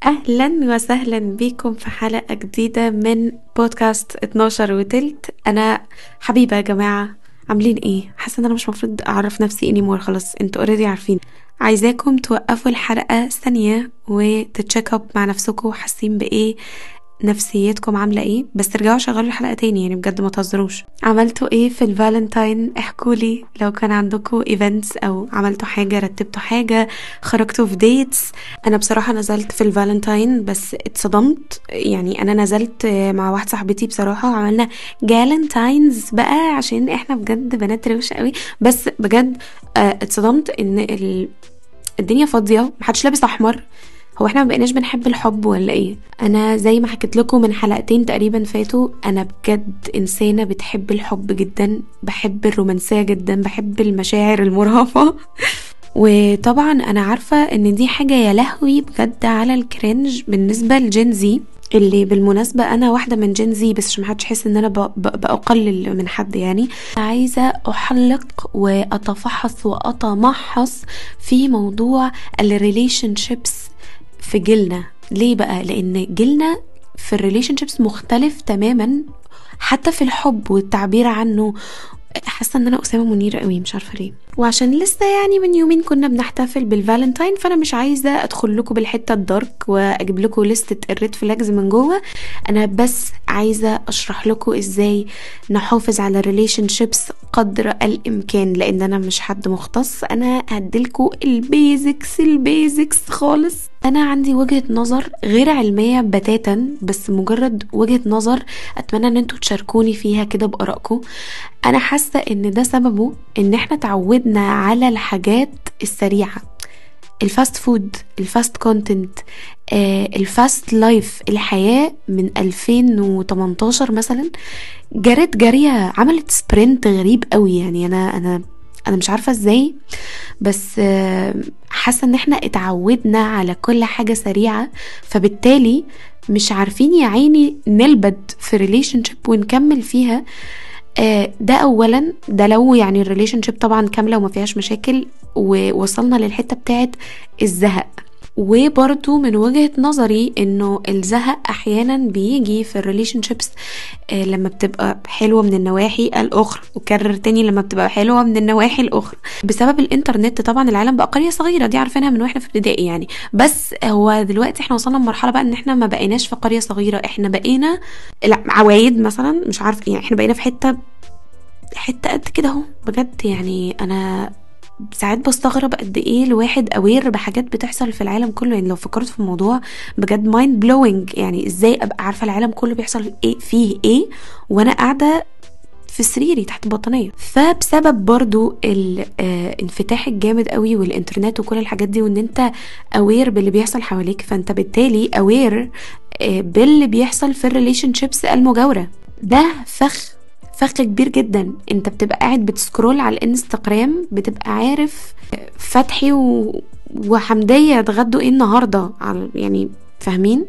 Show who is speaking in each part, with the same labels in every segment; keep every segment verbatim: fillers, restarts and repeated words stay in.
Speaker 1: اهلا وسهلا بيكم في حلقة جديدة من بودكاست اتناشر وتلت. انا حبيبة يا جماعة، عاملين ايه؟ حاسة ان انا مش مفروض اعرف نفسي اني مور، خلاص انتوا اوريدي عارفين. عايزاكم توقفوا الحلقة ثانية وتتشيك اب مع نفسكم، حاسين بايه، نفسيتكم عاملة ايه، بس ترجعوا شغلوا الحلقة تاني، يعني بجد ما تهزروش. عملتوا ايه في الفالنتاين؟ احكولي لو كان عندكم ايفنتس او عملتوا حاجة، رتبتوا حاجة، خرجتوا في ديتس. انا بصراحة نزلت في الفالنتاين بس اتصدمت، يعني انا نزلت مع واحدة صاحبتي بصراحة، عملنا جالنتاينز بقى عشان احنا بجد بنات روشة قوي. بس بجد آه، اتصدمت ان ال... الدنيا فاضية، محدش لابس احمر. هو احنا ما بقيناش بنحب الحب ولا ايه؟ انا زي ما حكيت لكم من حلقتين تقريبا فاتوا، انا بجد انسانة بتحب الحب جدا، بحب الرومانسية جدا، بحب المشاعر المرهفة. وطبعا انا عارفة ان دي حاجة يا لهوي بجد على الكرنج بالنسبة لجينزي، اللي بالمناسبة انا واحدة من جينزي، بس عشان محدش يحس ان انا ب- ب- بقلل من حد. يعني عايزة احلق واتفحص واتمحص في موضوع الريليشن شيبس في جيلنا. ليه بقى؟ لان جيلنا في الريليشن شيبس مختلف تماما، حتى في الحب والتعبير عنه. حاسه ان انا اسامه منير قوي، مش عارفه ليه. وعشان لسه يعني من يومين كنا بنحتفل بالفالنتاين، فانا مش عايزه ادخل لكم بالحته الدارك واجيب لكم لستة الريد فلاجز من جوه. انا بس عايزه اشرح لكم ازاي نحافظ على الريليشن شيبس قدر الامكان، لان انا مش حد مختص، انا هديلكم البيزكس البيزكس خالص. انا عندي وجهة نظر غير علمية بتاتا، بس مجرد وجهة نظر، اتمنى ان انتوا تشاركوني فيها كده بارائكم. انا حاسة ان ده سببه ان احنا تعودنا على الحاجات السريعة، الفاست فود، الفاست كونتنت، آه الفاست لايف. الحياة من ألفين وتمنتاشر مثلا جرت جارية، عملت سبرنت غريب قوي. يعني انا انا انا مش عارفة ازاي، بس آه، حاسة ان احنا اتعودنا على كل حاجة سريعة، فبالتالي مش عارفين يا عيني نلبد في ريليشن شيب ونكمل فيها. آه، ده اولا، ده لو يعني الريليشن شيب طبعا كاملة وما فيهاش مشاكل، ووصلنا للحتة بتاعت الزهق. وبرضو من وجهة نظري انه الزهق احيانا بيجي في الريليشن شيبس لما بتبقى حلوة من النواحي الاخرى، وكرر تاني لما بتبقى حلوة من النواحي الاخرى، بسبب الانترنت. طبعا العالم بقى قرية صغيرة، دي عارفينها من واحنا في ابتدائي يعني. بس هو دلوقتي احنا وصلنا لمرحلة بقى ان احنا ما بقيناش في قرية صغيرة، احنا بقينا لا عوايد مثلا، مش عارف يعني، احنا بقينا في حتة حتة قد كده اهو. بجد يعني انا ساعات بستغرب قد ايه الواحد اوير بحاجات بتحصل في العالم كله. يعني لو فكرت في الموضوع بجد مايند بلوينج، يعني ازاي ابقى عارفه العالم كله بيحصل ايه فيه ايه وانا قاعده في سريري تحت البطانيه. فبسبب برضو الانفتاح الجامد قوي والانترنت وكل الحاجات دي، وان انت اوير باللي بيحصل حواليك، فانت بالتالي اوير باللي بيحصل في الريليشن شيبس المجاوره. ده فخ فخ كبير جدا. انت بتبقى قاعد بتسكرول على الانستغرام، بتبقى عارف فتحي و... وحمدية اتغدوا ايه النهاردة، على يعني فاهمين.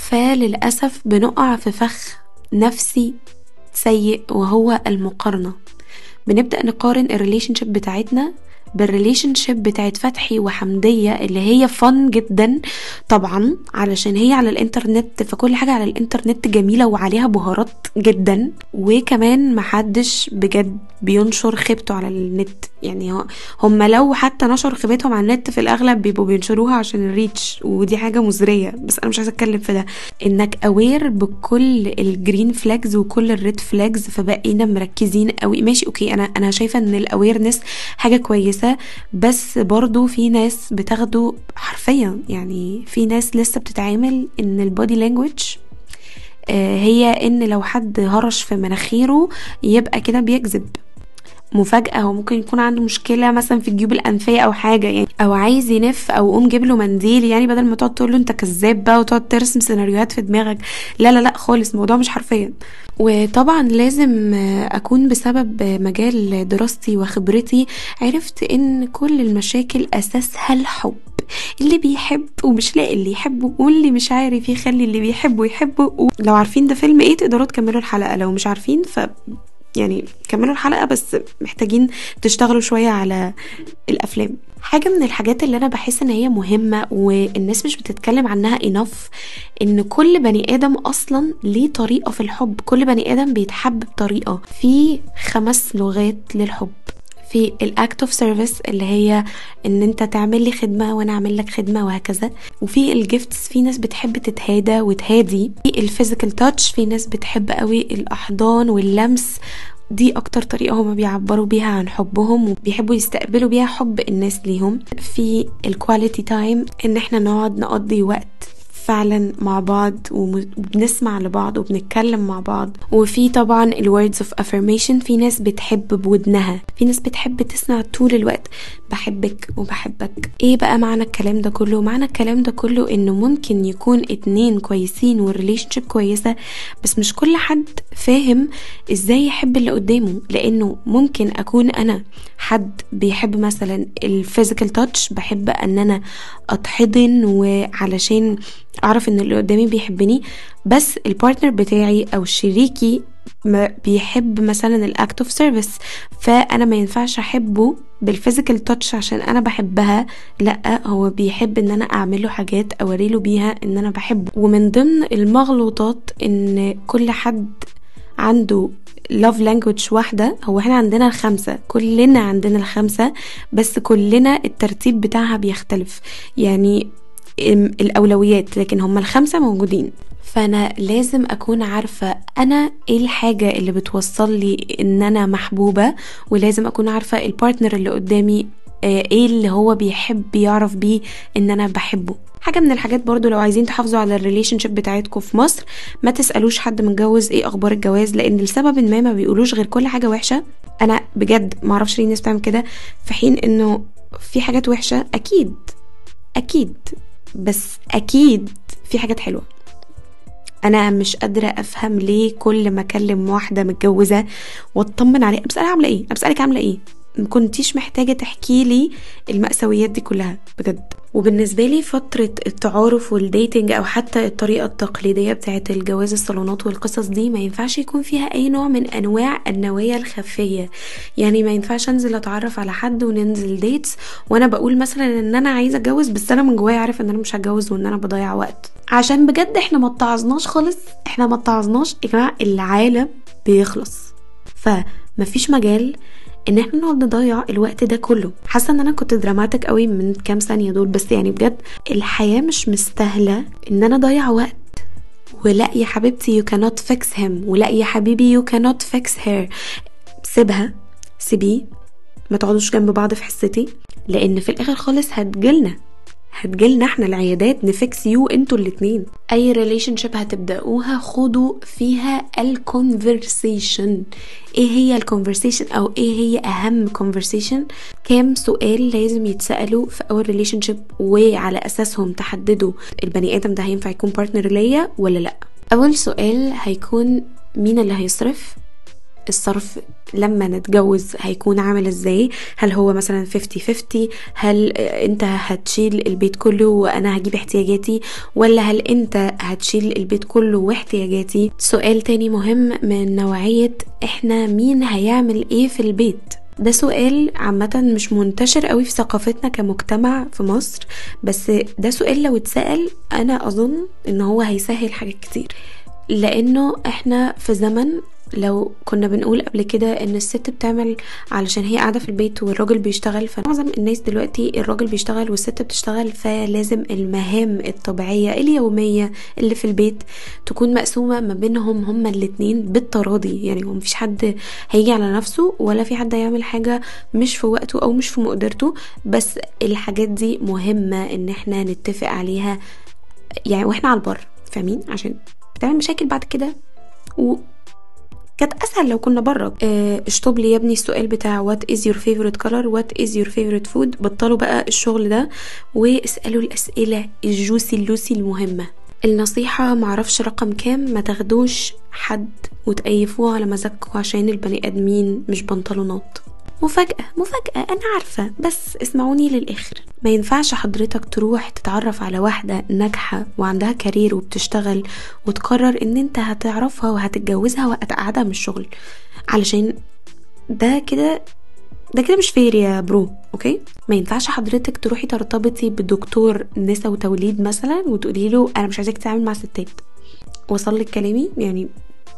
Speaker 1: فللأسف بنقع في فخ نفسي سيء، وهو المقارنة. بنبدأ نقارن الريليشن شيب بتاعتنا بالريليشن شيب بتاعت فتحي وحمدية، اللي هي فن جدا طبعا علشان هي على الانترنت، فكل حاجة على الانترنت جميلة وعليها بهارات جدا. وكمان محدش بجد بينشر خيبته على النت، يعني هم لو حتى نشر خيبتهم على النت في الاغلب بيبقوا بينشروها عشان الريتش، ودي حاجة مزرية، بس انا مش عايزة اتكلم في ده. انك اوير بكل الجرين فلاجز وكل الريد فلاجز، فبقينا مركزين قوي. ماشي اوكي، انا انا شايفة ان الاويرنس حاجة كويسة، بس برضو في ناس بتاخده حرفيا. يعني في ناس لسه بتتعامل ان البودي لانجويج هي ان لو حد هرش في مناخيره يبقى كده بيكذب. مفاجأة، هو ممكن يكون عنده مشكلة مثلا في الجيوب الأنفية أو حاجة يعني، أو عايز ينف، أو قوم جيب له منديل، يعني بدل ما تقعد تقول له أنت كذاب بقى وتقعد ترسم سيناريوهات في دماغك. لا لا لا خالص، الموضوع مش حرفيا. وطبعا لازم أكون بسبب مجال دراستي وخبرتي عرفت إن كل المشاكل أساسها الحب. اللي بيحب ومش لاقي اللي يحبه، واللي مش عارف يخلي اللي بيحبه يحبه. لو عارفين ده فيلم ايه تقدروا تكملوا الحلقة، لو مش عارفين ف يعني كملوا الحلقة، بس محتاجين تشتغلوا شوية على الأفلام. حاجة من الحاجات اللي أنا بحس إن هي مهمة والناس مش بتتكلم عنها enough، إن كل بني آدم أصلا ليه طريقة في الحب. كل بني آدم بيتحب بطريقة. في خمس لغات للحب. في الاكت اوف سيرفيس اللي هي ان انت تعمل لي خدمه وانا اعمل لك خدمه وهكذا. وفي الجيفتس، في ناس بتحب تتهادى وتهادي. في الفيزيكال تاتش، في ناس بتحب قوي الاحضان واللمس، دي اكتر طريقه هما بيعبروا بيها عن حبهم وبيحبوا يستقبلوا بيها حب الناس ليهم. في الكواليتي تايم، ان احنا نقعد نقضي وقت فعلا مع بعض وبنسمع لبعض وبنتكلم مع بعض. وفي طبعا الوردز اوف افرميشن، في ناس بتحب بودنها، في ناس بتحب تسمع طول الوقت بحبك وبحبك. ايه بقى معنى الكلام ده كله؟ معنى الكلام ده كله انه ممكن يكون اتنين كويسين والريليشن شيب كويسة، بس مش كل حد فاهم ازاي يحب اللي قدامه. لانه ممكن اكون انا حد بيحب مثلا الفيزيكال تاتش، بحب ان انا اتحضن وعلشان اعرف ان اللي قدامي بيحبني، بس البارتنر بتاعي او شريكي ما بيحب مثلا الاكت اوف سيرفيس، فانا ما ينفعش احبه بالفيزيكال تاتش عشان انا بحبها. لا، هو بيحب ان انا اعمله حاجات اوريله بيها ان انا بحبه. ومن ضمن المغلوطات ان كل حد عنده love language واحدة. هو احنا عندنا الخمسة، كلنا عندنا الخمسة، بس كلنا الترتيب بتاعها بيختلف، يعني الأولويات، لكن هم الخمسة موجودين. فأنا لازم أكون عارفة أنا إيه الحاجة اللي بتوصل لي إن أنا محبوبة، ولازم أكون عارفة البارتنر اللي قدامي إيه اللي هو بيحب يعرف بيه إن أنا بحبه. حاجة من الحاجات برضو لو عايزين تحافظوا على الريليشن شيب بتاعتكم في مصر، ما تسألوش حد متجوز ايه اخبار الجواز، لان لسبب ما ما بيقولوش غير كل حاجة وحشة. انا بجد ما اعرفش ليه الناس بتعمل كده، في حين انه في حاجات وحشة اكيد اكيد، بس اكيد في حاجات حلوة. انا مش قادرة افهم ليه كل ما اكلم واحدة متجوزة واطمن عليها بسألها عاملة ايه، بسألك عاملة ايه، مكنتيش محتاجة تحكي لي المأساويات دي كلها بجد. وبالنسبة لي فترة التعارف والديتنج او حتى الطريقة التقليدية بتاعة الجواز الصالونات والقصص دي ما ينفعش يكون فيها اي نوع من انواع النوايا الخفية. يعني ما ينفعش انزل اتعرف على حد وننزل ديتس وانا بقول مثلا ان انا عايزة اتجوز، بس انا من جوايا عارف ان انا مش هتجوز وان انا بضيع وقت. عشان بجد احنا ما اتعظناش خالص، احنا ما اتعظناش يا جماعة، العالم بيخلص، فمفيش مجال ان احنا نقعد نضيع الوقت ده كله. حاسه ان انا كنت دراماتيك قوي من كام ثانيه دول، بس يعني بجد الحياه مش مستاهله ان انا اضيع وقت. ولا يا حبيبتي you cannot fix him، ولا يا حبيبي you cannot fix her. سيبها، سيبيه، ما تقعدوش جنب بعض في حصتي، لان في الاخر خالص هتجلنا هتجيلنا احنا العيادات نفكس يو انتوا الاتنين. اي ريليشن شيب هتبدأوها خدوا فيها الكونفرسيشن. ايه هي الكونفرسيشن او ايه هي اهم كونفرسيشن؟ كام سؤال لازم يتسألوا في اول ريليشن شيب، وعلى اساسهم تحددوا البني ادم ده هينفع يكون بارتنر ليا ولا لا. اول سؤال هيكون مين اللي هيصرف؟ الصرف لما نتجوز هيكون عامل ازاي؟ هل هو مثلا خمسين خمسين؟ هل انت هتشيل البيت كله وانا هجيب احتياجاتي، ولا هل انت هتشيل البيت كله واحتياجاتي؟ سؤال تاني مهم من نوعية احنا مين هيعمل ايه في البيت. ده سؤال عامة مش منتشر قوي في ثقافتنا كمجتمع في مصر، بس ده سؤال لو اتسأل انا اظن ان هو هيسهل حاجات كتير. لانه احنا في زمن لو كنا بنقول قبل كده ان الست بتعمل علشان هي قاعدة في البيت والراجل بيشتغل، فمعظم الناس دلوقتي الراجل بيشتغل والست بتشتغل، فلازم المهام الطبيعية اليومية اللي في البيت تكون مقسومة ما بينهم هما الاتنين بالتراضي. يعني هو مفيش حد هيجي على نفسه ولا في حد هيعمل حاجة مش في وقته او مش في مقدرته، بس الحاجات دي مهمة ان احنا نتفق عليها يعني واحنا على البر، فاهمين؟ عشان بتعمل مشاكل بعد كده، و كانت اسهل لو كنا بره. اه اشطب لي يا ابني السؤال بتاع what is your favorite color what is your favorite food. بطلوا بقى الشغل ده واسألوا الاسئلة الجوسي اللوسي المهمة. النصيحة معرفش رقم كام، ما تاخدوش حد وتقيفوه على مزاجكم عشان البني ادمين مش بنطلونات. مفاجأة مفاجأة أنا عارفة، بس اسمعوني للآخر. ما ينفعش حضرتك تروح تتعرف على واحدة ناجحة وعندها كارير وبتشتغل وتقرر ان انت هتعرفها وهتتجوزها وهتقعدها من الشغل. علشان ده كده ده كده مش فير يا برو. اوكي، ما ينفعش حضرتك تروحي ترتبطي بدكتور نسا وتوليد مثلا وتقولي له انا مش عايزاك تتعامل مع ستات. وصل لك كلامي؟ يعني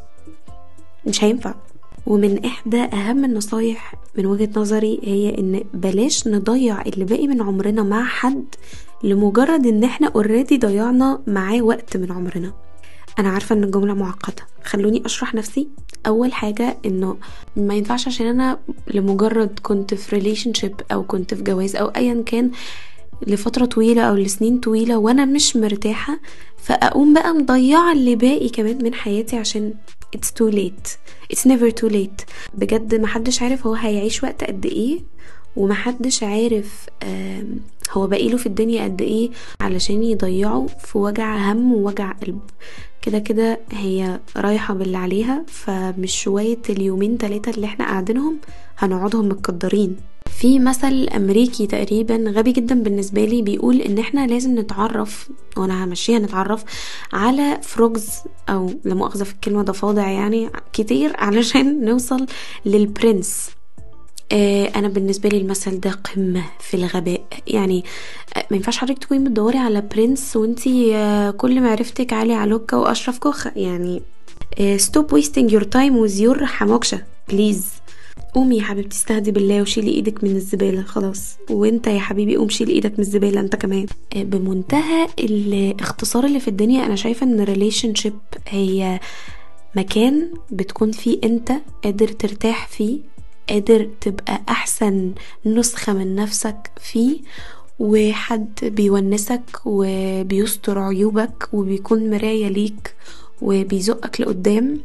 Speaker 1: مش هينفع. ومن احدى اهم النصايح من وجهة نظري هي ان بلاش نضيع اللي باقي من عمرنا مع حد لمجرد ان احنا اوريدي ضيعنا معاه وقت من عمرنا. انا عارفة ان الجملة معقدة، خلوني اشرح نفسي. اول حاجة انه ما ينفعش عشان انا لمجرد كنت في ريليشن شيب او كنت في جواز او ايا كان لفترة طويلة او لسنين طويلة وانا مش مرتاحة فاقوم بقى مضيعة اللي باقي كمان من حياتي عشان it's too late. it's never too late. بجد محدش عارف هو هيعيش وقت قد ايه، ومحدش عارف هو باقيله في الدنيا قد ايه علشان يضيعه في وجع هم ووجع قلب. كده كده هي رايحة باللي عليها، فمش شوية اليومين تلاتة اللي احنا قاعدينهم هنقعدهم متقدرين. في مثل امريكي تقريبا غبي جدا بالنسبة لي بيقول ان احنا لازم نتعرف، وانا همشيها نتعرف على فروجز او لمؤاخذة في الكلمة ضفادع يعني كتير علشان نوصل للبرنس. انا بالنسبه لي المثل ده قمه في الغباء. يعني ما ينفعش حضرتك تكوني بتدوري على برنس وانتي كل معرفتك علي علوكا واشرف كوخه. يعني stop wasting your time with your حموكشه بليز. قومي يا حبيبتي استهدي بالله وشيلي ايدك من الزباله خلاص، وانت يا حبيبي قوم شيلي ايدك من الزباله انت كمان. بمنتهى الاختصار اللي في الدنيا انا شايفه ان relationship هي مكان بتكون فيه انت قادر ترتاح فيه، قادر تبقى احسن نسخة من نفسك فيه، وحد بيونسك وبيستر عيوبك وبيكون مراية ليك وبيزقك لقدام.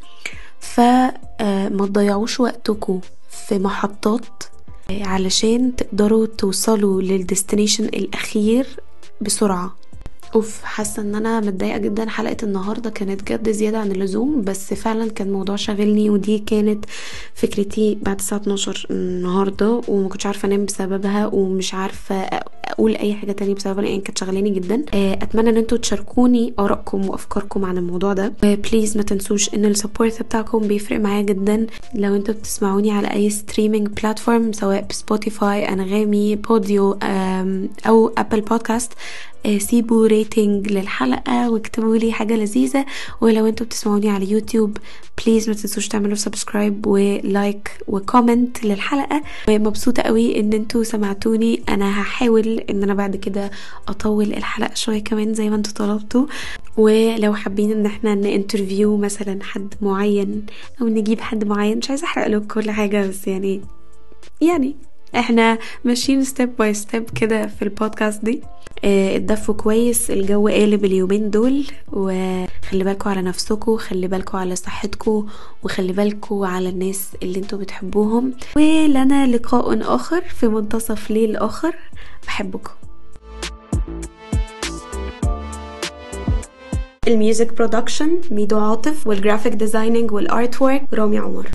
Speaker 1: فما تضيعوش وقتكم في محطات علشان تقدروا توصلوا للديستنيشن الاخير بسرعة. اوف، حاسه ان انا متضايقه جدا. حلقه النهارده كانت جد زياده عن اللزوم، بس فعلا كان موضوع شاغلني، ودي كانت فكرتي بعد الساعه اتناشر النهارده، وما كنتش عارفه انام بسببها ومش عارفه اقول اي حاجه تانية بسببها لان كانت شغلاني جدا. اتمنى ان انتوا تشاركوني ارائكم وافكاركم عن الموضوع ده. بليز ما تنسوش ان السبورت بتاعكم بيفرق معايا جدا. لو انتوا بتسمعوني على اي ستريمينج بلاتفورم سواء بسبوتيفاي، انغامي، بوديو او ابل بودكاست، سيبوا ريتنج للحلقة واكتبوا لي حاجة لذيذة. ولو انتوا بتسمعوني على يوتيوب بليز ما تنسوش تعملوا سبسكرايب ولايك وكومنت للحلقة. مبسوطة قوي ان انتوا سمعتوني. انا هحاول ان انا بعد كده اطول الحلقة شوية كمان زي ما انتوا طلبتوا. ولو حابين ان احنا نانترفيو مثلا حد معين او نجيب حد معين، مش عايزة احرق لكم كل حاجة، بس يعني يعني احنا ماشيين ستيب باي ستيب كده في البودكاست دي. اه اتدفوا كويس، الجو قالب اليومين دول، وخلي بالكوا على نفسكوا، خلي بالكوا على صحتكوا، وخلي بالكوا على الناس اللي انتوا بتحبوهم. ولنا لقاء اخر في منتصف ليل اخر. بحبكم. الميوزك برودكشن ميدو عاطف، والجرافيك ديزايننج والارت وورك رامي عمر.